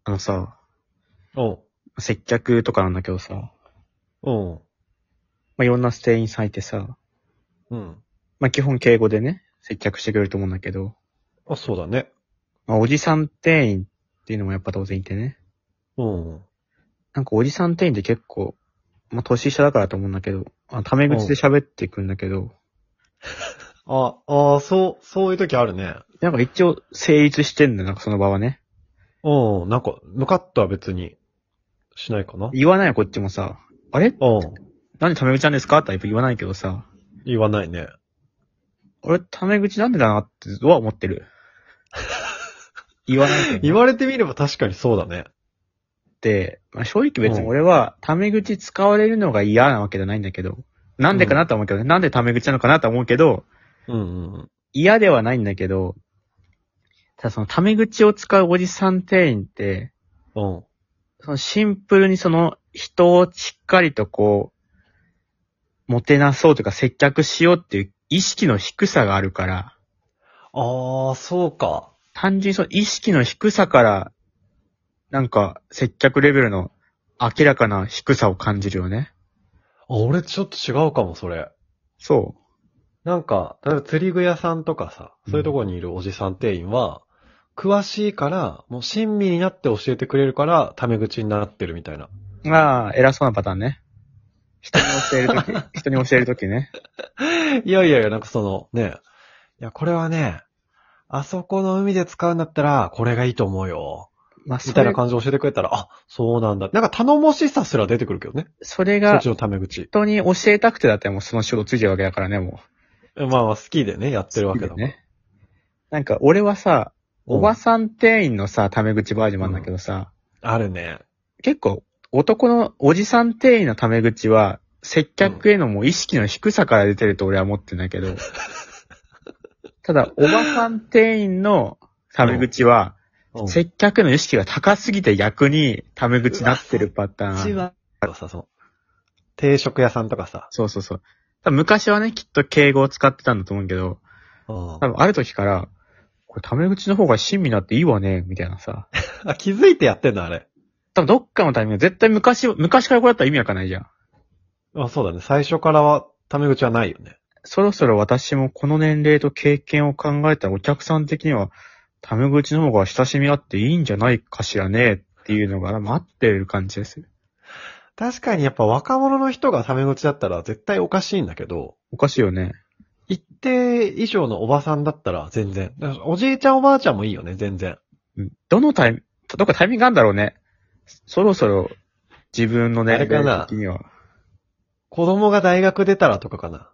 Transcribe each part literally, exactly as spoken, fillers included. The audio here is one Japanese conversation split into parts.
あのさ、 おう。 接客とかなんだけどさ、 おう。 まあ、いろんな店員さんいてさ、 うん。 まあ、基本敬語でね、接客してくれると思うんだけど、 あ、そうだね。 まあ、おじさん店員っていうのもやっぱ当然いてね。 うん。 なんかおじさん店員って結構、まあ、年下だからと思うんだけど、あタメ口でうん。 喋っていくんだけど、 あ、ああ、そう、そういう時あるね。 なんか一応成立してんだよ、なんかその場はね。 うん。なんか、ムカッとは別にしないかな。 言わないよ、こっちもさ、あれうん。 なんでタメ口なんですかってやっぱ言わないけどさ、 言わないね。 俺タメ口なんでだなっては思ってる。言わないけどね。 言われてみれば確かにそうだね。 で、まあ、正直別にうん。 俺はタメ口使われるのが嫌なわけじゃないんだけど、なんでかなと思うけどね、なんでタメ口なのかなと思うけど、 うんうんうん。 嫌ではないんだけど、ただそのタメ口を使うおじさん店員って、 うん。 そのシンプルにその人をしっかりとこう、もてなそうとか接客しようっていう意識の低さがあるから、 ああ、そうか。 単純にその意識の低さから、なんか接客レベルの明らかな低さを感じるよね。 あ、俺ちょっと違うかも、それ。 そなんか、例えば釣り具屋さんとかさ、 う。 そういうところにいるおじさん店員は、詳しいから、もう親身になって教えてくれるから、タメ口になってるみたいな。 ああ、偉そうなパターンね。人に教えるとき、人に教えるときね。 いやいやいや、なんかその、ね、いや、これはね、あそこの海で使うんだったら、これがいいと思うよ。 まあ、 みそれ、 たいな感じで教えてくれたら、あ、そうなんだ。なんか頼もしさすら出てくるけどね。 それがそっちのタメ口。 人に教えたくてだったらもうその仕事ついてるわけだからね、もまあまあ好きでね、やっう。 てる好わけだから。 きでね。なんか、俺はさ、 うん。 おばさん店員のさ、タメ口バージョンもあるんだうん。 けどさ、 あるね。 結構、男のおじさん店員のタメ口は、接客へのもう意識の低さから出てると俺は思ってんだけど、ただ、おばさん店員のタメ口は、 うん。 接客の意識が高すぎて逆にタメ口になってるパターンある。 うわさ、その、定食屋さんとかさ。 そうそうそう。多分昔はね、きっと敬語を使ってたんだと思うけど、 うん。 多分ある時から、これタメ口の方が親身になっていいわね、みたいなさ。 あ、気づいてやってんだ、あれ。 多分どっかのタイミングで絶対昔、昔からこれだったら意味わかんないじゃん。 あ、そうだね。最初からは、タメ口はないよね。 そろそろ私もこの年齢と経験を考えたらお客さん的には、タメ口の方が親しみあっていいんじゃないかしらね、っていうのが待ってる感じでする。 確かにやっぱ若者の人がタメ口だったら絶対おかしいんだけど、 おかしいよね。 一定以上のおばさんだったら全然。だからおじいちゃんおばあちゃんもいいよね、全然。 うんどのタイミング、どっかタイミングあるんだろうね。そろそろ自分のあ年齢れかな。 的には。 子供が大学出たらとかかな。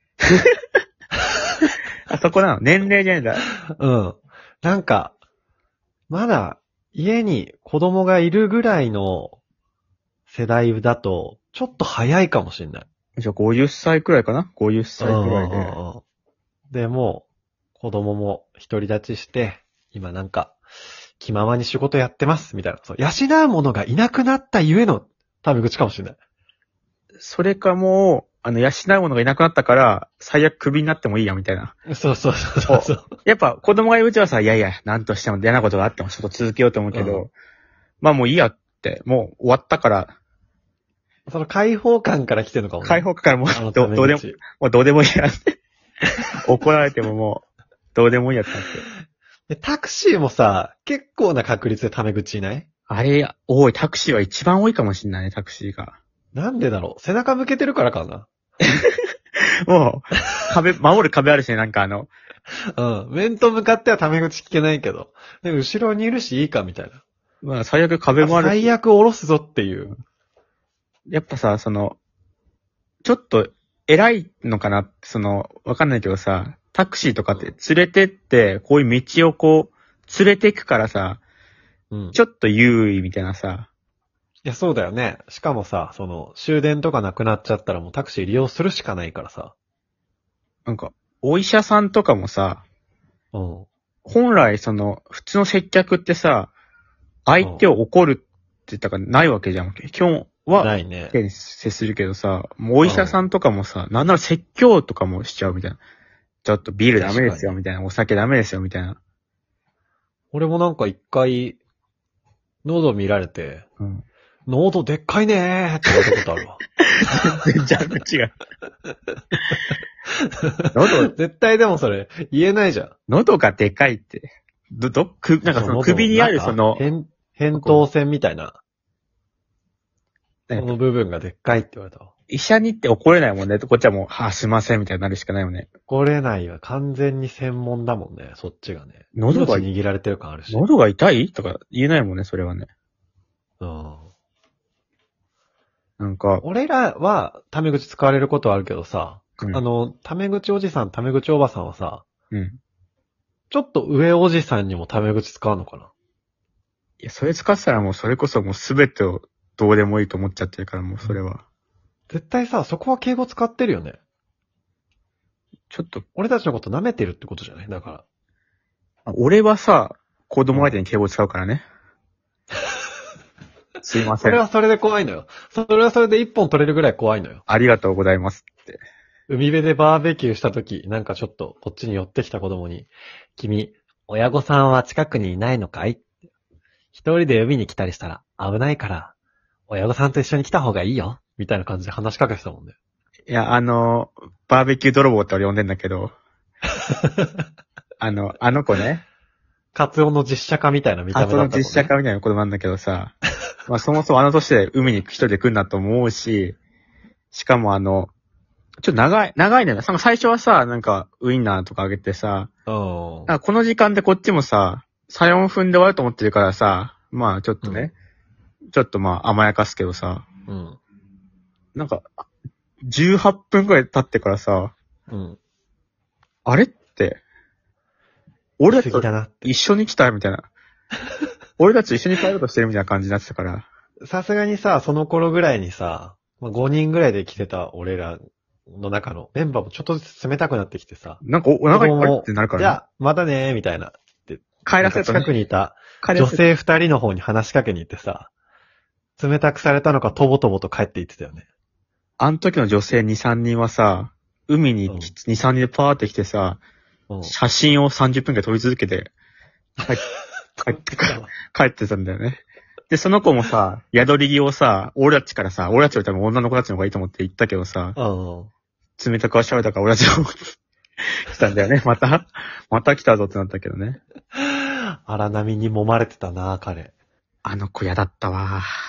あそこなの年齢じゃないんだ。 うん。なんか、まだ家に子供がいるぐらいの世代だと、ちょっと早いかもしんない。 じゃあごじゅっさいくらいかな ?ごじゅっ 歳くらいで。 うんうんうんうんで、もう、子供も独り立ちして、今なんか、気ままに仕事やってます、みたいな。そう、養う者がいなくなったゆえのタメ口かもしれない。 それかもう、あの、養う者がいなくなったから、最悪クビになってもいいや、みたいな。 そうそうそうそうそう。 やっぱ子供がいるうちはさ、いやいや、なんとしても嫌なことがあってもちょっと続けようと思うけど、 うんまあもういいやって、もう終わったから、 その解放感から来てるのかもね。 解放からもうあのどタメ口どうでも、もうどうでもいいやって。怒られてももう、どうでもいいやってなって。 でタクシーもさ、結構な確率でタメ口いない？ あれ、多い、タクシーは一番多いかもしんないね、タクシーが。 なんでだろう？背中向けてるからかな。 もう、壁、守る壁あるしね、なんかあの、 うん。面と向かってはタメ口聞けないけど。でも後ろにいるしいいかみたいな。 まあ最悪壁もあるし。 最悪下ろすぞっていう。 やっぱさ、その、ちょっと偉いのかなその、わかんないけどさ、タクシーとかって連れてって、こういう道をこう、連れてくからさ、 うん。 ちょっと優位みたいなさ、 いや、そうだよね。しかもさ、その、終電とかなくなっちゃったらもうタクシー利用するしかないからさ。 なんか、お医者さんとかもさ、 うん。 本来その、普通の接客ってさ、相手を怒るって言ったかないわけじゃん。基本は、 ないね。 手に接するけどさ、もうお医者さんとかもさ、なんなら説教とかもしちゃうみたいな。ちょっとビールダメですよ、みたいな。お酒ダメですよ、みたいな。 俺もなんか一回、 喉見られて、 うん。 喉でっかいねーって言われたことあるわ。 全然ジャンル違う。喉、 絶対でもそれ、言えないじゃん。 喉がでかいって。ど、ど、く、なんかその首にあるその、 扁、扁桃腺みたいな、こねの部分がでっかいって言われたわ。 医者にって怒れないもんね。こっちはもう、はあ、すいませんみたいになるしかないよね。 怒れないわ。完全に専門だもんね、そっちがね。 喉が命握られてる感あるし。 喉が痛いとか言えないもんね、それはね。 うん。 なんか、 俺らは、タメ口使われることはあるけどさ、 うんあの、タメ口おじさん、タメ口おばさんはさ、 うん。 ちょっと上おじさんにもタメ口使うのかないや、それ使ってたらもうそれこそもうすべてをどうでもいいと思っちゃってるからもうそれは。 絶対さ、そこは敬語使ってるよね。 ちょっと、 俺たちのこと舐めてるってことじゃないだから。 俺はさ、子供相手に敬語使うからね。すいません。 それはそれで怖いのよ。それはそれで一本取れるぐらい怖いのよ。 ありがとうございますって。 海辺でバーベキューした時、なんかちょっとこっちに寄ってきた子供に、君、親御さんは近くにいないのかい？一人で海に来たりしたら危ないから、親御さんと一緒に来た方がいいよ。みたいな感じで話しかけてたもんね。 いや、あの、バーベキュー泥棒って俺呼んでんだけど、あの、あの子ね、 カツオの実写化みたいな見た目だったもんね。 あとの実写化みたいな子供なんだけどさ、まあそもそもあの年で海に一人で来んなと思うし、しかもあの、ちょっと長い、長いね。なんか最初はさ、なんかウインナーとかあげてさ、 うん。 なんかこの時間でこっちもさ、さん、よんぷんで終わると思ってるからさ、まあちょっとね、うん、ちょっとまあ甘やかすけどさ、 うん。 なんか、じゅうはっぷんくらい経ってからさ、 うん。 あれって、俺たちと一緒に来たみたいな。俺たち一緒に帰ろうとしてるみたいな感じになってたから。 さすがにさ、その頃ぐらいにさ、まあ、ごにんぐらいで来てた俺らの中のメンバーもちょっとずつ冷たくなってきてさ。 なんかお腹いっぱいってなるから、ね。 じゃあ、またねーみたいな。で帰らせた、 ね、近くにいた女性二人の方に話しかけに行ってさ、冷たくされたのかとぼとぼと帰って行ってたよね。 あの時の女性に、さんにんはさ、海にに、さんにんでパーって来てさ、うん、写真をさんじゅっぷんくらい撮り続けて、帰って帰って、帰ってたんだよね。で、その子もさ、宿り着をさ、俺たちからさ、俺たちより多分女の子たちの方がいいと思って言ったけどさ、 うん、 冷たく足られたから俺たちも来たんだよね。また、また来たぞってなったけどね。 荒波に揉まれてたな、彼。 あの子嫌だったわ。